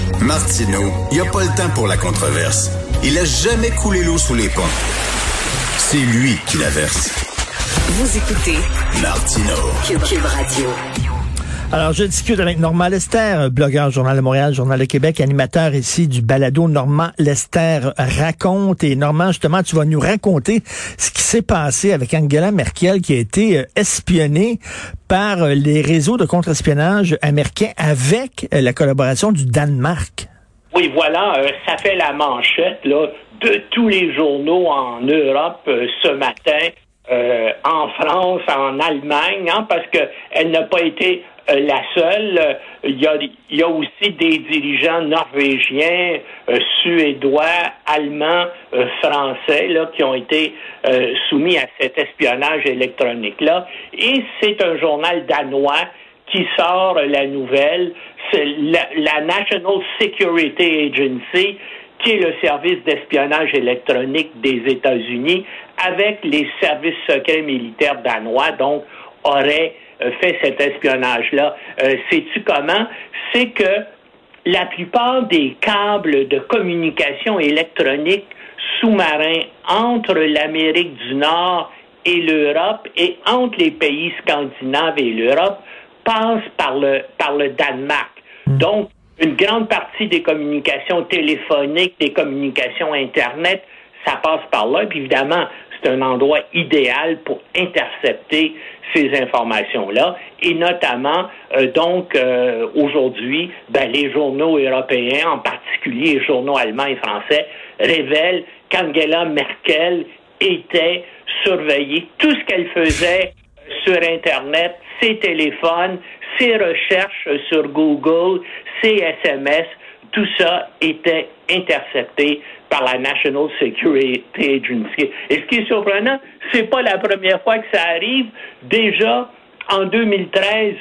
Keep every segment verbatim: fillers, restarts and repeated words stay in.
Martineau, il n'y a pas le temps pour la controverse. Il a jamais coulé l'eau sous les ponts. C'est lui qui la verse. Vous écoutez Martineau. Cube, Cube Radio. Alors, je discute avec Normand Lester, blogueur Journal de Montréal, Journal de Québec, animateur ici du balado Normand Lester raconte. Et Normand, justement, tu vas nous raconter ce qui s'est passé avec Angela Merkel qui a été espionnée par les réseaux de contre-espionnage américains avec la collaboration du Danemark. Oui, voilà, euh, ça fait la manchette là, de tous les journaux en Europe euh, ce matin, euh, en France, en Allemagne, hein, parce que elle n'a pas été euh, la seule. Il y a, il y a aussi des dirigeants norvégiens, euh, suédois, allemands, euh, français là, qui ont été euh, soumis à cet espionnage électronique-là. Et c'est un journal danois qui sort la nouvelle. C'est la, la National Security Agency, qui est le service d'espionnage électronique des États-Unis, avec les services secrets militaires danois, donc, aurait euh, fait cet espionnage-là. Euh, sais-tu comment? C'est que la plupart des câbles de communication électronique sous-marins entre l'Amérique du Nord et l'Europe, et entre les pays scandinaves et l'Europe, passe par le par le Danemark. Donc, une grande partie des communications téléphoniques, des communications Internet, ça passe par là. Puis évidemment, c'est un endroit idéal pour intercepter ces informations-là. Et notamment, euh, donc, euh, aujourd'hui, ben, les journaux européens, en particulier les journaux allemands et français, révèlent qu'Angela Merkel était surveillée. Tout ce qu'elle faisait sur Internet, ses téléphones, ses recherches sur Google, ses S M S, tout ça était intercepté par la National Security Agency. Et ce qui est surprenant, c'est pas la première fois que ça arrive. Déjà, en deux mille treize,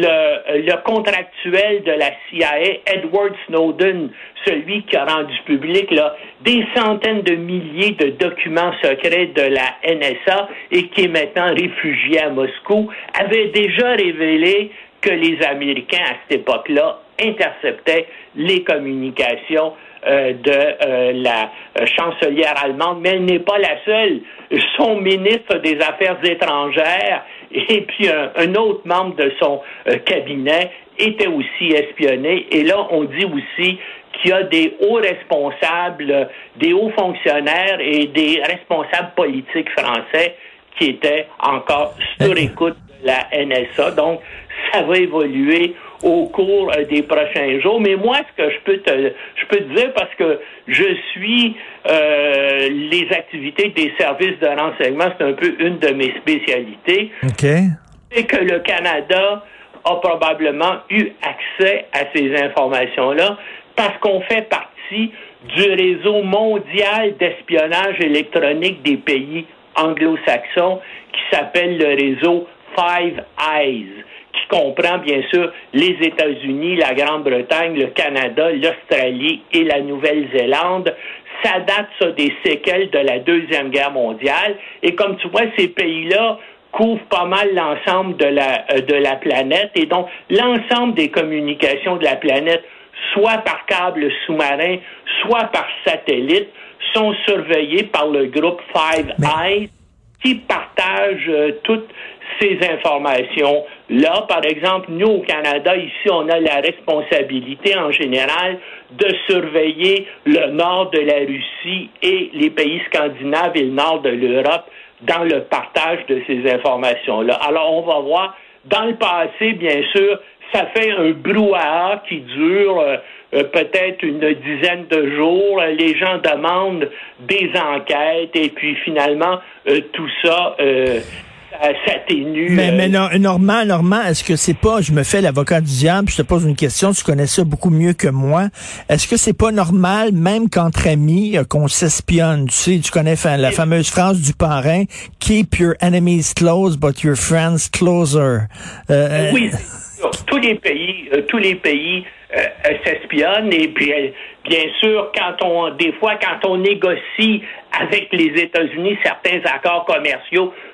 le, le contractuel de la C I A, Edward Snowden, celui qui a rendu public là, des centaines de milliers de documents secrets de la N S A et qui est maintenant réfugié à Moscou, avait déjà révélé que les Américains, à cette époque-là, interceptaient les communications euh, de euh, la euh, chancelière allemande, mais elle n'est pas la seule. Son ministre des Affaires étrangères et puis un, un autre membre de son euh, cabinet étaient aussi espionnés. Et là, on dit aussi qu'il y a des hauts responsables, des hauts fonctionnaires et des responsables politiques français qui étaient encore sur écoute de la N S A. Donc, ça va évoluer au cours euh, des prochains jours. Mais moi, ce que je peux te, je peux te dire, parce que je suis euh, les activités des services de renseignement, c'est un peu une de mes spécialités. OK. C'est que le Canada a probablement eu accès à ces informations-là parce qu'on fait partie du réseau mondial d'espionnage électronique des pays anglo-saxons qui s'appelle le réseau Five Eyes, qui comprend bien sûr les États-Unis, la Grande-Bretagne, le Canada, l'Australie et la Nouvelle-Zélande. Ça date, ça, des séquelles de la Deuxième Guerre mondiale. Et comme tu vois, ces pays-là couvrent pas mal l'ensemble de la, euh, de la planète. Et donc, l'ensemble des communications de la planète, soit par câble sous-marin, soit par satellite, sont surveillées par le groupe Five Eyes, qui partage euh, toutes ces informations-là. Par exemple, nous, au Canada, ici, on a la responsabilité, en général, de surveiller le nord de la Russie et les pays scandinaves et le nord de l'Europe dans le partage de ces informations-là. Alors, on va voir. Dans le passé, bien sûr, ça fait un brouhaha qui dure euh, euh, peut-être une dizaine de jours. Les gens demandent des enquêtes et puis finalement, euh, tout ça euh, s'atténue. Mais, euh, mais non, Normand, Normand, est-ce que c'est pas, je me fais l'avocat du diable, je te pose une question, tu connais ça beaucoup mieux que moi. Est-ce que c'est pas normal, même qu'entre amis, euh, qu'on s'espionne? Tu sais, tu connais fa- la fameuse phrase du parrain, keep your enemies close, but your friends closer. Euh, oui, tous les pays, euh, tous les pays euh, euh, s'espionnent et puis euh, bien sûr, quand on, des fois, quand on négocie avec les États-Unis certains accords commerciaux,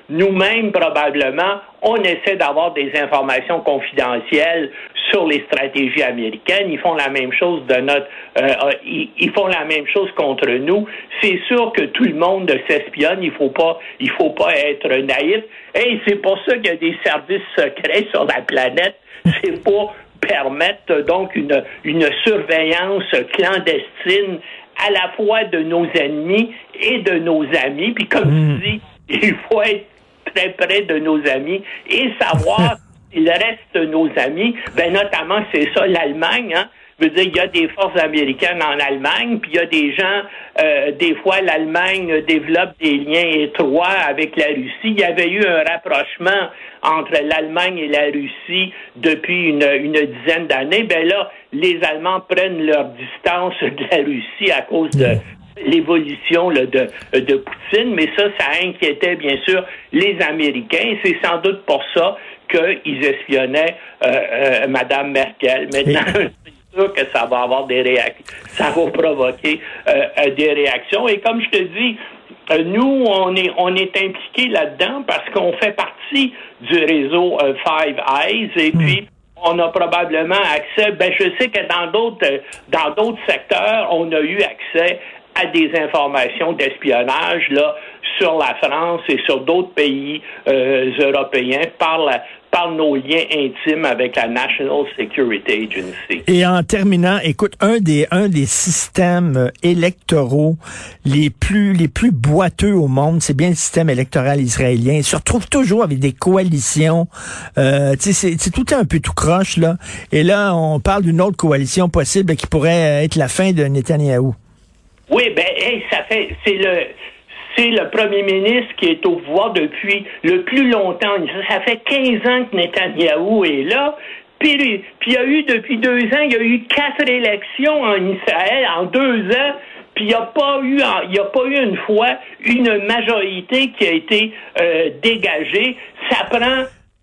nous-mêmes, probablement, on essaie d'avoir des informations confidentielles sur les stratégies américaines. Ils font la même chose de notre, euh, ils, ils font la même chose contre nous. C'est sûr que tout le monde s'espionne. Il faut pas, il faut pas être naïf. Et c'est pour ça qu'il y a des services secrets sur la planète. C'est pour permettre donc une, une surveillance clandestine à la fois de nos ennemis et de nos amis. Puis comme mmh. tu dis, il faut être très près de nos amis et savoir s'il reste nos amis. Ben notamment, c'est ça, l'Allemagne, hein. Je veux dire, il y a des forces américaines en Allemagne, puis il y a des gens, euh, des fois, l'Allemagne développe des liens étroits avec la Russie. Il y avait eu un rapprochement entre l'Allemagne et la Russie depuis une, une dizaine d'années. Ben là, les Allemands prennent leur distance de la Russie à cause de l'évolution là, de, de Poutine, mais ça, ça inquiétait bien sûr les Américains. C'est sans doute pour ça qu'ils espionnaient euh, euh, Mme Merkel. Maintenant, que ça va avoir des réactions, ça va provoquer euh, des réactions. Et comme je te dis, euh, nous, on est on est impliqués là-dedans parce qu'on fait partie du réseau euh, Five Eyes et mmh. puis on a probablement accès. Ben, je sais que dans d'autres dans d'autres secteurs, on a eu accès à des informations d'espionnage là sur la France et sur d'autres pays euh, européens par la par nos liens intimes avec la National Security Agency. Et en terminant, écoute, un des un des systèmes électoraux les plus les plus boiteux au monde, c'est bien le système électoral israélien. Il se retrouve toujours avec des coalitions. Euh, tu sais, c'est, c'est tout un peu tout croche là. Et là, on parle d'une autre coalition possible qui pourrait être la fin de Netanyahou. Oui, ben, hey, ça fait, c'est le. C'est le premier ministre qui est au pouvoir depuis le plus longtemps. Ça fait quinze ans que Netanyahou est là. Puis, puis il y a eu, depuis deux ans, il y a eu quatre élections en Israël en deux ans. Puis il n'y a pas eu, il n'y a pas eu une fois une majorité qui a été euh, dégagée. Ça prend,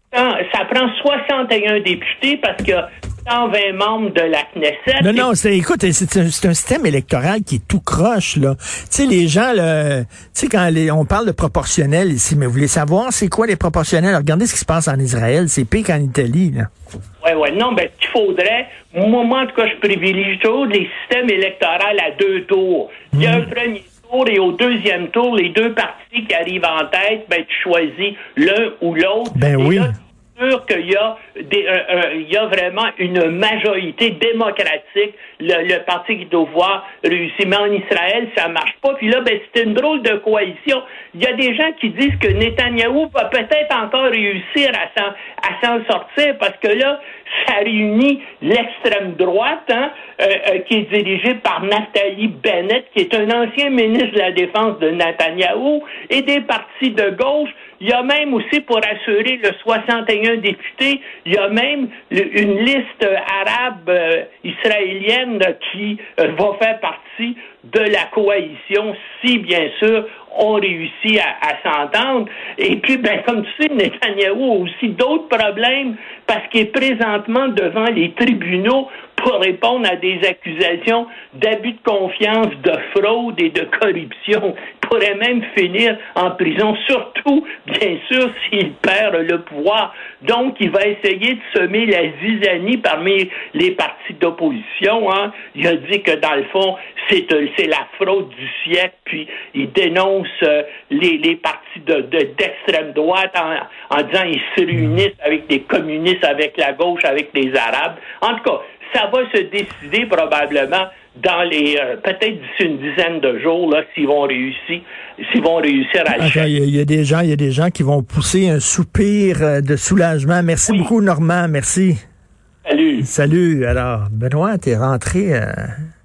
ça prend soixante et un députés parce que cent vingt membres de la Knesset. Non, non, c'est, écoute, c'est un, c'est un système électoral qui est tout croche, là. Tu sais, les gens, là, tu sais, quand les, on parle de proportionnel ici, mais vous voulez savoir c'est quoi les proportionnels? Regardez ce qui se passe en Israël, c'est pire qu'en Italie, là. Oui, oui, non, ben, ce qu'il faudrait, moi, en tout cas, je privilégie toujours les systèmes électoraux à deux tours. Il y a mmh. un premier tour et au deuxième tour, les deux partis qui arrivent en tête, ben, tu choisis l'un ou l'autre. Ben et oui. Là, sûr qu'il y a des, euh, euh, il y a vraiment une majorité démocratique, le, le parti qui est au pouvoir réussit. Mais en Israël, ça marche pas. Puis là, ben, c'est une drôle de coalition. Il y a des gens qui disent que Netanyahou va peut-être encore réussir à s'en, à s'en sortir parce que là, ça réunit l'extrême droite, hein, euh, euh, qui est dirigée par Naftali Bennett, qui est un ancien ministre de la Défense de Netanyahou, et des partis de gauche. Il y a même aussi, pour assurer le soixante et un députés, il y a même le, une liste arabe euh, israélienne qui euh, va faire partie de la coalition si, bien sûr, on réussit à, à s'entendre. Et puis, ben, comme tu sais, Netanyahou a aussi d'autres problèmes parce qu'il est présentement devant les tribunaux pour répondre à des accusations d'abus de confiance, de fraude et de corruption. Il pourrait même finir en prison, surtout, bien sûr, s'il perd le pouvoir. Donc, il va essayer de semer la zizanie parmi les partis d'opposition. Hein. Il a dit que, dans le fond, c'est, c'est la fraude du siècle, puis il dénonce euh, les, les partis de, de, d'extrême droite en, en disant qu'ils se réunissent avec des communistes, avec la gauche, avec les Arabes. En tout cas, ça va se décider probablement dans les euh, peut-être d'ici une dizaine de jours là s'ils vont réussir s'ils vont réussir à le faire. Il y, y a des gens il y a des gens qui vont pousser un soupir de soulagement. Merci oui. beaucoup Normand, merci. Salut. Salut. Alors Benoît, t'es rentré euh,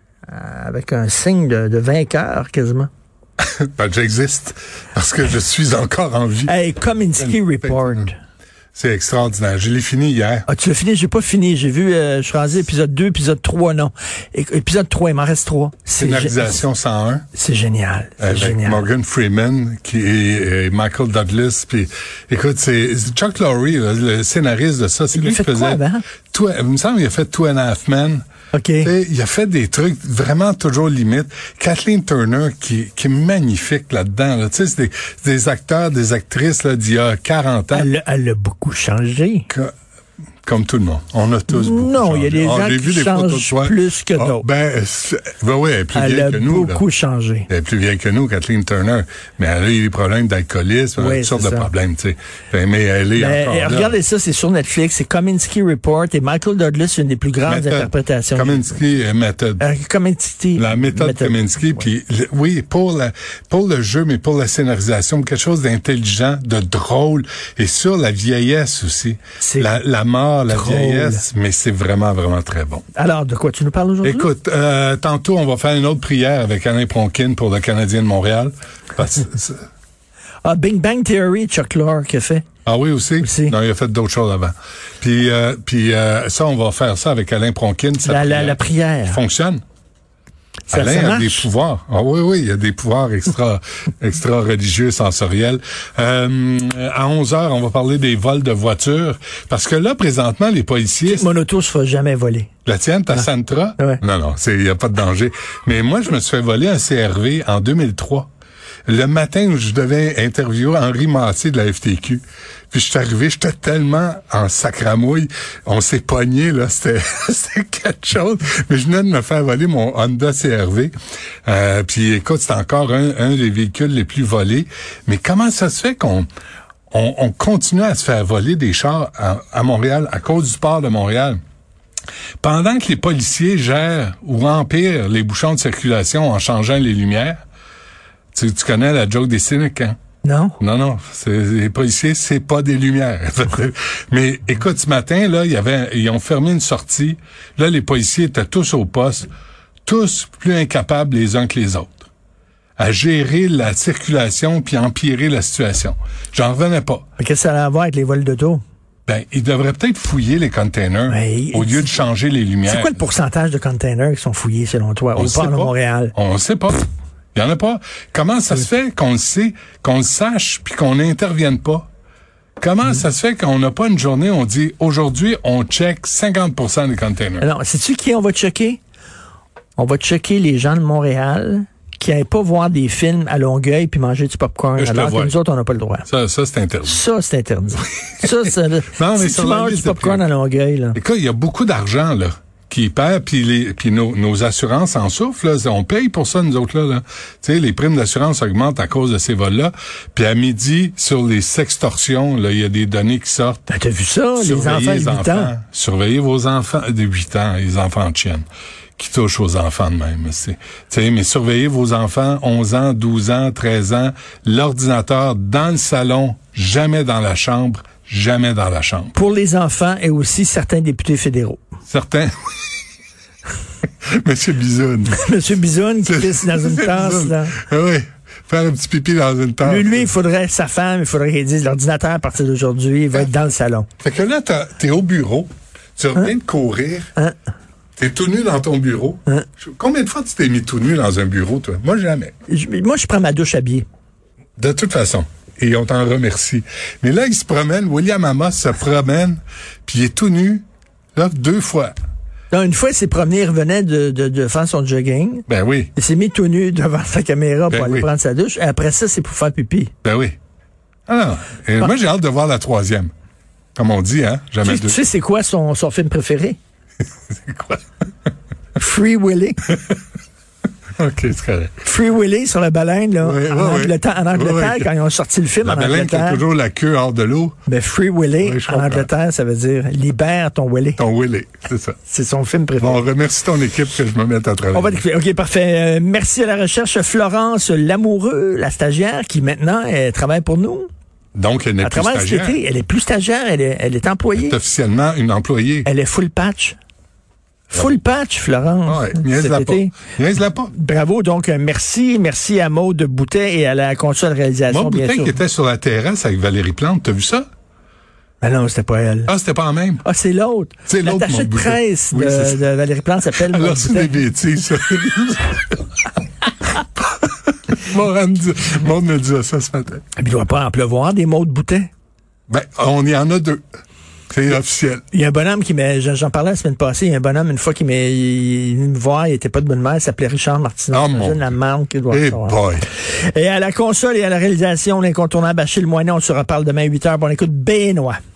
avec un signe de, de vainqueur quasiment. Ben, j'existe parce que je suis encore en vie. Hey, Kominsky Report. C'est extraordinaire. Je l'ai fini hier. Ah, tu l'as fini? J'ai pas fini. J'ai vu, euh, je suis rendu épisode deux, épisode trois, non. É- épisode trois, il m'en reste trois. Scénarisation gé- cent un. C'est génial. C'est avec génial. Morgan Freeman, qui est, et Michael Douglas. Puis, écoute, c'est Chuck Lorre, le scénariste de ça. C'est il lui qui faisait quoi, ben? tout, il me semble qu'il a fait Two and a Half Men. OK. T'sais, il a fait des trucs vraiment toujours limites. Kathleen Turner, qui, qui est magnifique là-dedans. Là. C'est des, c'est des acteurs, des actrices là, d'il y a quarante ans. Elle, elle a beaucoup changé. Que, Comme tout le monde. On a tous beaucoup Non, il y a des ah, gens qui des changent de plus que ah, d'autres. Ben, ben oui, elle est plus elle vieille a que nous. beaucoup là. changé. Elle est plus vieille que nous, Kathleen Turner. Mais elle a eu des problèmes d'alcoolisme, oui, toutes sortes de ça. problèmes, tu sais. Ben, mais elle est Mais, encore eh, là. regardez ça, c'est sur Netflix. C'est Kominsky Report et Michael Douglas, une des plus grandes Méthode. interprétations. Kominsky euh, méthode. Euh, Kominsky. La méthode Kominsky, puis le- oui, pour la, pour le jeu, mais pour la scénarisation, quelque chose d'intelligent, de drôle, et sur la vieillesse aussi. C'est La, la mort, la drôle. vieillesse, mais c'est vraiment, vraiment très bon. Alors, de quoi tu nous parles aujourd'hui? Écoute, euh, tantôt, on va faire une autre prière avec Alain Pronkin pour le Canadien de Montréal. Parce que c'est- Ah, Big Bang Theory, Chuck Lorre, qui a fait. ah oui, aussi? Aussi. Non, il a fait d'autres choses avant. Puis, euh, puis euh, ça, on va faire ça avec Alain Pronkin. sa La, la, prière. la prière. Fonctionne. Ça, Alain ça a marche? des pouvoirs. Ah oui, oui, il y a des pouvoirs extra, extra religieux, sensoriels. Euh, à onze heures, on va parler des vols de voitures. Parce que là, présentement, les policiers... Mon auto se fera jamais voler. La tienne, ta Sentra? Ouais. Non, non, il n'y a pas de danger. Mais moi, je me suis fait voler un C R V en deux mille trois. Le matin où je devais interviewer Henri Massé de la F T Q. Puis je suis arrivé, j'étais tellement en sacramouille. On s'est pogné, là. C'était, c'était quelque chose. Mais je venais de me faire voler mon Honda C R V. Euh, puis écoute, c'est encore un, un des véhicules les plus volés. Mais comment ça se fait qu'on on, on continue à se faire voler des chars à, à Montréal à cause du port de Montréal? Pendant que les policiers gèrent ou empirent les bouchons de circulation en changeant les lumières, tu, tu connais la joke des cyniques, hein? Non? Non, non, c'est, les policiers, c'est pas des lumières. Mais écoute, ce matin, là, il y avait, ils ont fermé une sortie. Là, les policiers étaient tous au poste, tous plus incapables les uns que les autres à gérer la circulation puis empirer la situation. J'en revenais pas. Mais qu'est-ce que ça a à voir avec les vols d'auto? Ben, ils devraient peut-être fouiller les containers Mais, au lieu de changer les lumières. C'est quoi le pourcentage de containers qui sont fouillés, selon toi, On au sait port de pas. Montréal? On ne sait pas. Il y en a pas. Comment ça se fait qu'on le sait, qu'on le sache, puis qu'on n'intervienne pas? Comment ça se fait qu'on n'a pas une journée, on dit, aujourd'hui, on check cinquante pour cent des containers? Alors, sais-tu qui on va checker? On va checker les gens de Montréal qui n'aillent pas voir des films à Longueuil puis manger du popcorn, Je te alors que vois. nous autres, on n'a pas le droit. Ça, ça c'est interdit. Ça, c'est interdit. ça, c'est... Non, mais si sur tu la manges du liste de popcorn prix. à Longueuil, là... Écoute, il y a beaucoup d'argent, là, qui perd, puis les, puis nos, nos assurances en souffrent, là. On paye pour ça, nous autres, là, là. Tu sais, les primes d'assurance augmentent à cause de ces vols-là. Puis à midi, sur les sextorsions, là, il y a des données qui sortent. Ben, t'as vu ça, les Surveillez enfants de huit ans? Surveillez vos enfants de huit ans, les enfants de chienne, qui touchent aux enfants de même. Tu sais, mais surveillez vos enfants, onze ans, douze ans, treize ans, l'ordinateur dans le salon, jamais dans la chambre, jamais dans la chambre. Pour les enfants et aussi certains députés fédéraux. Certains... Monsieur Bisoun. Monsieur Bisoun qui pisse dans une tasse, Bisoun. là. Ah oui, faire un petit pipi dans une tasse. Lui, lui, il faudrait, sa femme, il faudrait qu'il dise, l'ordinateur, à partir d'aujourd'hui, il va être dans le salon. Fait que là, t'as- t'es au bureau, tu reviens de courir, Hein? t'es tout nu dans ton bureau. Hein? Combien de fois tu t'es mis tout nu dans un bureau, toi? Moi, jamais. Je- moi, je prends ma douche habillée. De toute façon. Et on t'en remercie. Mais là, il se promène, William Amos se promène, puis il est tout nu, là, deux fois. Non, une fois, il s'est promené, il revenait de, de, de faire son jogging. Ben oui, Il s'est mis tout nu devant sa caméra Ben pour aller oui. prendre sa douche. Et après ça, c'est pour faire pipi. ben oui. Ah, et moi, j'ai hâte de voir la troisième. Comme on dit, hein? Jamais Tu, deux. tu sais, c'est quoi son, son film préféré? C'est quoi? Free Willy. OK, c'est correct. Free Willy sur la baleine, là. Oui, en, oui, oui. Angleterre, en Angleterre, Oui, oui. quand ils ont sorti le film La en baleine qui a Angleterre. toujours la queue hors de l'eau, Ben, Free Willy, Oui, je en comprends. Angleterre, ça veut dire libère ton Willy. ton Willy, c'est ça. C'est son film préféré. Bon, on remercie ton équipe que je me mette à travailler. On va écouter. OK, parfait. Euh, merci à la recherche, Florence Lamoureux, la stagiaire, qui maintenant elle travaille pour nous. Donc, elle n'est À plus travers cet stagiaire. été, elle est plus stagiaire, elle est, elle est employée. C'est officiellement une employée. Elle est full patch. Full patch, Florence, Ouais, niaise-la cet pas. été. Niaise-la pas. Bravo, donc euh, merci. Merci à Maude Boutet et à la console réalisation, Moi, bien Boutin sûr. qui était sur la terrasse avec Valérie Plante, t'as vu ça? Ah non, c'était pas elle. Ah, c'était pas la même. Ah, c'est l'autre. C'est l'autre, L'attaché Maude de Boutet. presse Oui, de, c'est ça. de Valérie Plante s'appelle Alors, Maude c'est des Boutet. bêtises, ça. Maud me dit- Maud me dit ça ce matin. Il ne doit pas en pleuvoir des Maude Boutet. Ben, on y en a deux. C'est officiel. Il y a un bonhomme qui m'a, j'en parlais la semaine passée, il y a un bonhomme, une fois, qui m'a, il, il me voit, il était pas de bonne mère, il s'appelait Richard Martineau. Oh mon la marque qu'il doit hey avoir. boy. Et à la console et à la réalisation, l'incontournable Achille Moinet, on se reparle demain à huit heures. Bon, écoute, Benoît.